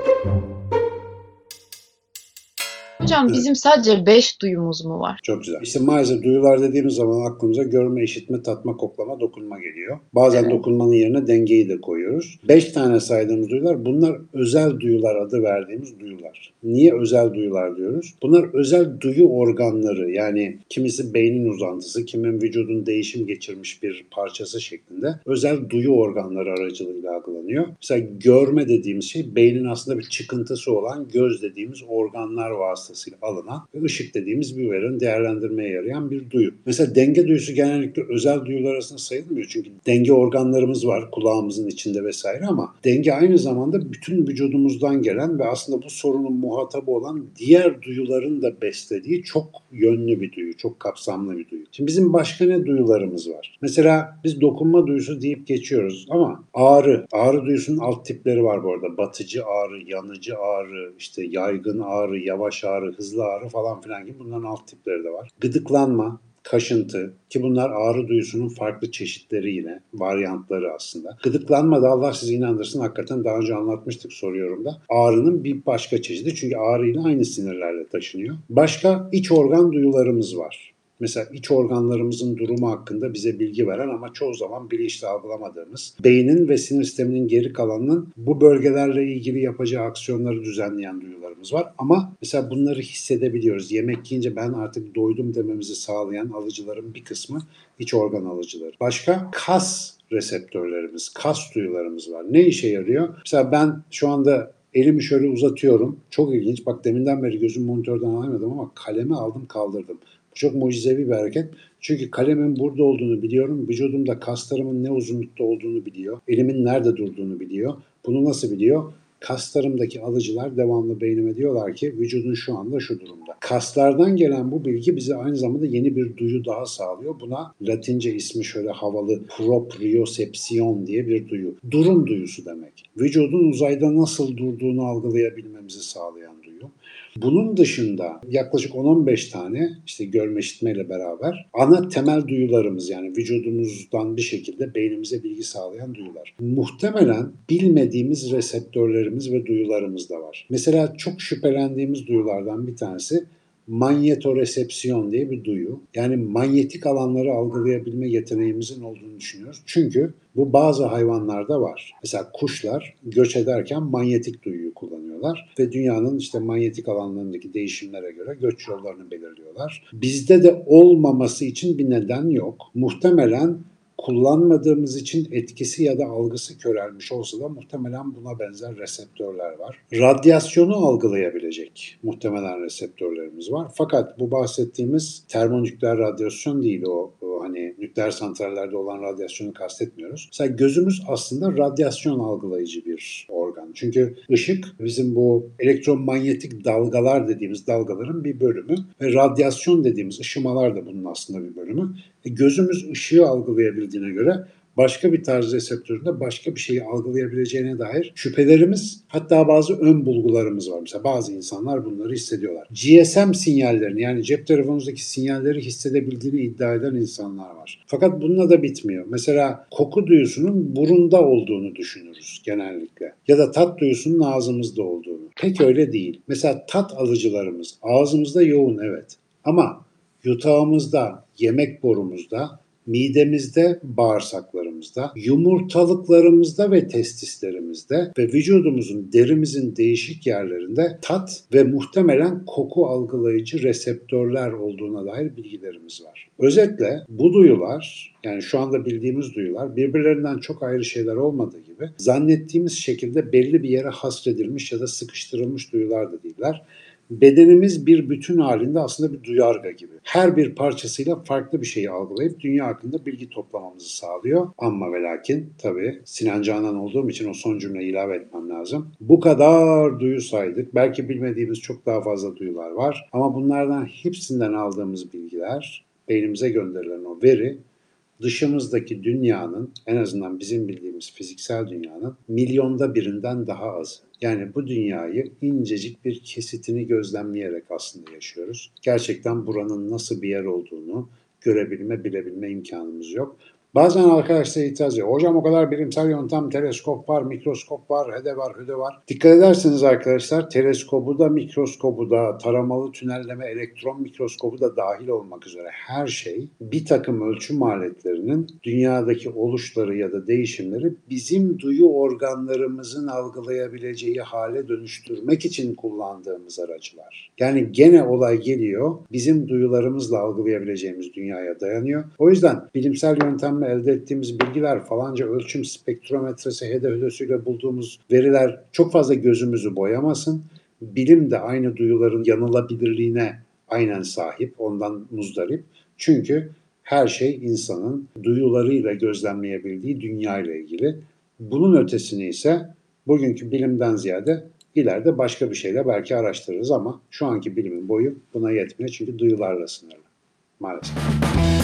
Hocam Evet, bizim sadece 5 duyumuz mu var? çok güzel. İşte maalesef duyular dediğimiz zaman aklımıza görme, işitme, tatma, koklama, dokunma geliyor. Bazen Evet. dokunmanın yerine dengeyi de koyuyoruz. 5 tane saydığımız duyular, bunlar özel duyular adı verdiğimiz duyular. Niye özel duyular diyoruz? Bunlar özel duyu organları, yani kimisi beynin uzantısı, kimin vücudun değişim geçirmiş bir parçası şeklinde özel duyu organları aracılığıyla algılanıyor. Mesela görme dediğimiz şey beynin aslında bir çıkıntısı olan göz dediğimiz organlar vasıtasıyla alınan ve ışık dediğimiz bir verin değerlendirmeye yarayan bir duyu. Mesela denge duyusu genellikle özel duyular arasında sayılmıyor. Çünkü denge organlarımız var kulağımızın içinde vesaire, ama denge aynı zamanda bütün vücudumuzdan gelen ve aslında bu sorunun muhatabı olan diğer duyuların da beslediği çok yönlü bir duyu, çok kapsamlı bir duyu. Şimdi bizim başka ne duyularımız var? Mesela biz dokunma duyusu deyip geçiyoruz ama ağrı duyusunun alt tipleri var bu arada. Batıcı ağrı, yanıcı ağrı, işte yaygın ağrı, yavaş ağrı, hızlı ağrı falan filan gibi bunların alt tipleri de var. Gıdıklanma, kaşıntı, ki bunlar ağrı duyusunun farklı çeşitleri, yine varyantları aslında. Gıdıklanma da Allah sizi inandırsın, hakikaten daha önce anlatmıştık soruyorum da, ağrının bir başka çeşidi, çünkü ağrıyla aynı sinirlerle taşınıyor. Başka iç organ duyularımız var. Mesela iç organlarımızın durumu hakkında bize bilgi veren ama çoğu zaman bilinçli algılamadığımız, beynin ve sinir sisteminin geri kalanının bu bölgelerle ilgili yapacağı aksiyonları düzenleyen duyularımız var. Ama mesela bunları hissedebiliyoruz. Yemek yiyince ben artık doydum dememizi sağlayan alıcıların bir kısmı iç organ alıcıları. Başka kas reseptörlerimiz, kas duyularımız var. Ne işe yarıyor? Mesela ben şu anda elimi şöyle uzatıyorum. Çok ilginç. Bak, deminden beri gözüm monitörden alamadım ama kalemi aldım kaldırdım. Bu çok mucizevi bir hareket. Çünkü kalemin burada olduğunu biliyorum. Vücudumda kaslarımın ne uzunlukta olduğunu biliyor. Elimin nerede durduğunu biliyor. Bunu nasıl biliyor? Kaslarımdaki alıcılar devamlı beynime diyorlar ki vücudun şu anda şu durumda. Kaslardan gelen bu bilgi bize aynı zamanda yeni bir duyu daha sağlıyor. Buna Latince ismi şöyle havalı, propriosepsiyon diye bir duyu. Durum duyusu demek. Vücudun uzayda nasıl durduğunu algılayabilmemizi sağlayan duyu. Bunun dışında yaklaşık 10-15 tane, işte görme işitmeyle beraber, ana temel duyularımız, yani vücudumuzdan bir şekilde beynimize bilgi sağlayan duyular. Muhtemelen bilmediğimiz reseptörlerimiz ve duyularımız da var. Mesela çok şüphelendiğimiz duyulardan bir tanesi manyetoresepsiyon diye bir duyu. Yani manyetik alanları algılayabilme yeteneğimizin olduğunu düşünüyoruz. Çünkü bu bazı hayvanlarda var. Mesela kuşlar göç ederken manyetik duyuyu kullanıyorlar ve dünyanın işte manyetik alanlarındaki değişimlere göre göç yollarını belirliyorlar. Bizde de olmaması için bir neden yok. Muhtemelen kullanmadığımız için etkisi ya da algısı körelmiş olsa da muhtemelen buna benzer reseptörler var. Radyasyonu algılayabilecek muhtemelen reseptörlerimiz var. Fakat bu bahsettiğimiz termonükleer radyasyon değil, o hani nükleer santrallerde olan radyasyonu kastetmiyoruz. Mesela gözümüz aslında radyasyon algılayıcı bir organ. Çünkü ışık bizim bu elektromanyetik dalgalar dediğimiz dalgaların bir bölümü ve radyasyon dediğimiz ışımalar da bunun aslında bir bölümü. Gözümüz ışığı algılayabildiğine göre başka bir tarz reseptöründe başka bir şeyi algılayabileceğine dair şüphelerimiz, hatta bazı ön bulgularımız var. Mesela bazı insanlar bunları hissediyorlar. GSM sinyallerini, yani cep telefonunuzdaki sinyalleri hissedebildiğini iddia eden insanlar var. Fakat bununla da bitmiyor. Mesela koku duyusunun burunda olduğunu düşünürüz genellikle. Ya da tat duyusunun ağzımızda olduğunu. Pek öyle değil. Mesela tat alıcılarımız ağzımızda yoğun, evet. Ama yutağımızda, yemek borumuzda, midemizde, bağırsaklarımızda, yumurtalıklarımızda ve testislerimizde ve vücudumuzun, derimizin değişik yerlerinde tat ve muhtemelen koku algılayıcı reseptörler olduğuna dair bilgilerimiz var. Özetle bu duyular, yani şu anda bildiğimiz duyular, birbirlerinden çok ayrı şeyler olmadığı gibi zannettiğimiz şekilde belli bir yere hasredilmiş ya da sıkıştırılmış duyular da değiller. Bedenimiz bir bütün halinde aslında bir duyarga gibi. Her bir parçasıyla farklı bir şeyi algılayıp dünya hakkında bilgi toplamamızı sağlıyor. Amma ve lakin tabii Sinan Canan olduğum için o son cümleyi ilave etmem lazım. Bu kadar duyu saydık. Belki bilmediğimiz çok daha fazla duyular var. Ama bunlardan hepsinden aldığımız bilgiler, beynimize gönderilen o veri, dışımızdaki dünyanın, en azından bizim bildiğimiz fiziksel dünyanın milyonda birinden daha azı. Yani bu dünyayı incecik bir kesitini gözlemleyerek aslında yaşıyoruz. Gerçekten buranın nasıl bir yer olduğunu görebilme, bilebilme imkanımız yok. Bazen arkadaşlar itiraz ediyor. Hocam o kadar bilimsel yöntem, teleskop var, mikroskop var, hede var, hüde var. Dikkat ederseniz arkadaşlar teleskobu da, mikroskobu da, taramalı tünelleme, elektron mikroskobu da dahil olmak üzere her şey bir takım ölçüm aletlerinin dünyadaki oluşları ya da değişimleri bizim duyu organlarımızın algılayabileceği hale dönüştürmek için kullandığımız aracılar. Yani gene olay geliyor, bizim duyularımızla algılayabileceğimiz dünyaya dayanıyor. O yüzden bilimsel yöntemle elde ettiğimiz bilgiler, falanca ölçüm spektrometresi, hede hüdesiyle bulduğumuz veriler çok fazla gözümüzü boyamasın. Bilim de aynı duyuların yanılabilirliğine aynen sahip, ondan muzdarip. Çünkü her şey insanın duyularıyla gözlemleyebildiği dünya ile ilgili. Bunun ötesini ise bugünkü bilimden ziyade ileride başka bir şeyle belki araştırırız ama şu anki bilimin boyu buna yetmiyor çünkü duyularla sınırlı maalesef.